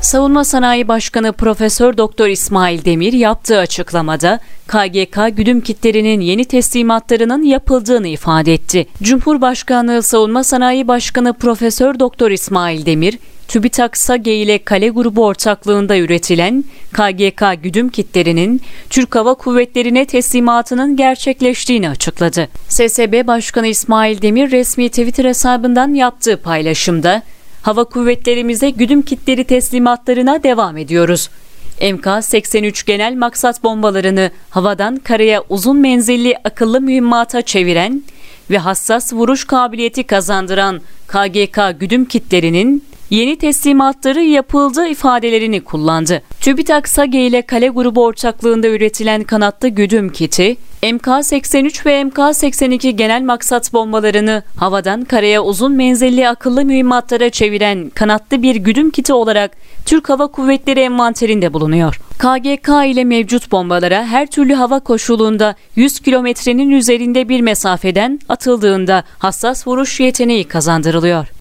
Savunma Sanayi Başkanı Profesör Doktor İsmail Demir yaptığı açıklamada KGK güdüm kitlerinin yeni teslimatlarının yapıldığını ifade etti. Cumhurbaşkanlığı Savunma Sanayi Başkanı Profesör Doktor İsmail Demir, TÜBİTAK SAGE ile Kale Grubu ortaklığında üretilen KGK güdüm kitlerinin Türk Hava Kuvvetleri'ne teslimatının gerçekleştiğini açıkladı. SSB Başkanı İsmail Demir resmi Twitter hesabından yaptığı paylaşımda, "Hava Kuvvetlerimize güdüm kitleri teslimatlarına devam ediyoruz. MK-83 genel maksat bombalarını havadan karaya uzun menzilli akıllı mühimmata çeviren ve hassas vuruş kabiliyeti kazandıran KGK güdüm kitlerinin yeni teslimatları yapıldı" ifadelerini kullandı. TÜBİTAK SAGE ile Kale Grubu ortaklığında üretilen kanatlı güdüm kiti, MK-83 ve MK-82 genel maksat bombalarını havadan karaya uzun menzilli akıllı mühimmatlara çeviren kanatlı bir güdüm kiti olarak Türk Hava Kuvvetleri envanterinde bulunuyor. KGK ile mevcut bombalara her türlü hava koşulunda 100 kilometrenin üzerinde bir mesafeden atıldığında hassas vuruş yeteneği kazandırılıyor.